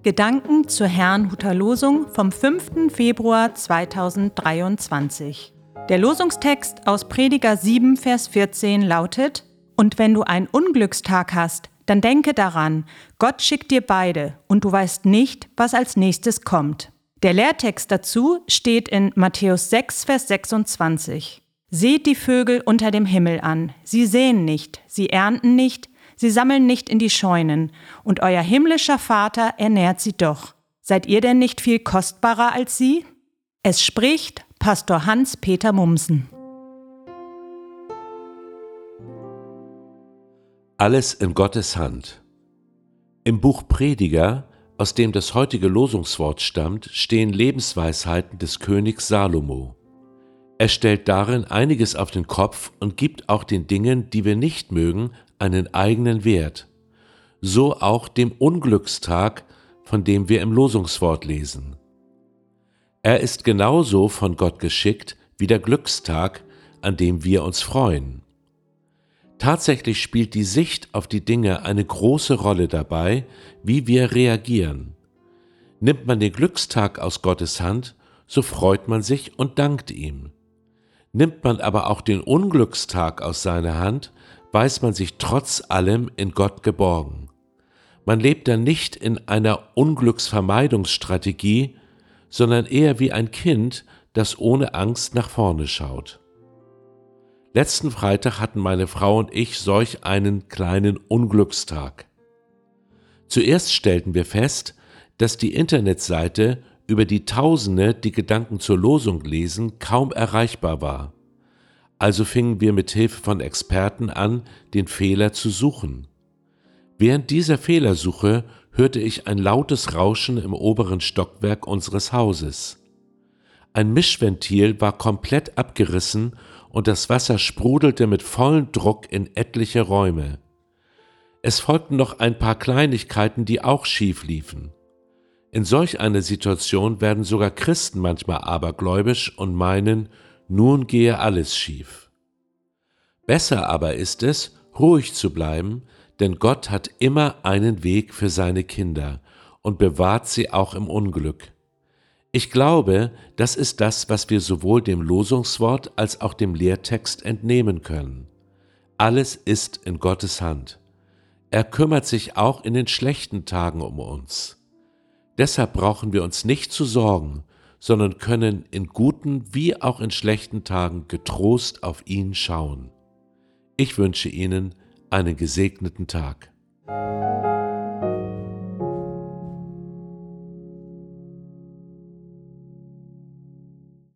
Gedanken zur Herrnhuter Losung vom 5. Februar 2023. Der Losungstext aus Prediger 7, Vers 14 lautet: Und wenn du einen Unglückstag hast, dann denke daran, Gott schickt dir beide und du weißt nicht, was als nächstes kommt. Der Lehrtext dazu steht in Matthäus 6, Vers 26. Seht die Vögel unter dem Himmel an, sie säen nicht, sie ernten nicht, sie sammeln nicht in die Scheunen, und euer himmlischer Vater ernährt sie doch. Seid ihr denn nicht viel kostbarer als sie? Es spricht Pastor Hans-Peter Mumsen. Alles in Gottes Hand. Im Buch Prediger, aus dem das heutige Losungswort stammt, stehen Lebensweisheiten des Königs Salomo. Er stellt darin einiges auf den Kopf und gibt auch den Dingen, die wir nicht mögen, einen eigenen Wert. So auch dem Unglückstag, von dem wir im Losungswort lesen. Er ist genauso von Gott geschickt wie der Glückstag, an dem wir uns freuen. Tatsächlich spielt die Sicht auf die Dinge eine große Rolle dabei, wie wir reagieren. Nimmt man den Glückstag aus Gottes Hand, so freut man sich und dankt ihm. Nimmt man aber auch den Unglückstag aus seiner Hand, weiß man sich trotz allem in Gott geborgen. Man lebt dann nicht in einer Unglücksvermeidungsstrategie, sondern eher wie ein Kind, das ohne Angst nach vorne schaut. Letzten Freitag hatten meine Frau und ich solch einen kleinen Unglückstag. Zuerst stellten wir fest, dass die Internetseite, über die Tausende die Gedanken zur Losung lesen, kaum erreichbar war. Also fingen wir mit Hilfe von Experten an, den Fehler zu suchen. Während dieser Fehlersuche hörte ich ein lautes Rauschen im oberen Stockwerk unseres Hauses. Ein Mischventil war komplett abgerissen und das Wasser sprudelte mit vollem Druck in etliche Räume. Es folgten noch ein paar Kleinigkeiten, die auch schief liefen. In solch einer Situation werden sogar Christen manchmal abergläubisch und meinen, nun gehe alles schief. Besser aber ist es, ruhig zu bleiben, denn Gott hat immer einen Weg für seine Kinder und bewahrt sie auch im Unglück. Ich glaube, das ist das, was wir sowohl dem Losungswort als auch dem Lehrtext entnehmen können. Alles ist in Gottes Hand. Er kümmert sich auch in den schlechten Tagen um uns. Deshalb brauchen wir uns nicht zu sorgen, sondern können in guten wie auch in schlechten Tagen getrost auf ihn schauen. Ich wünsche Ihnen einen gesegneten Tag.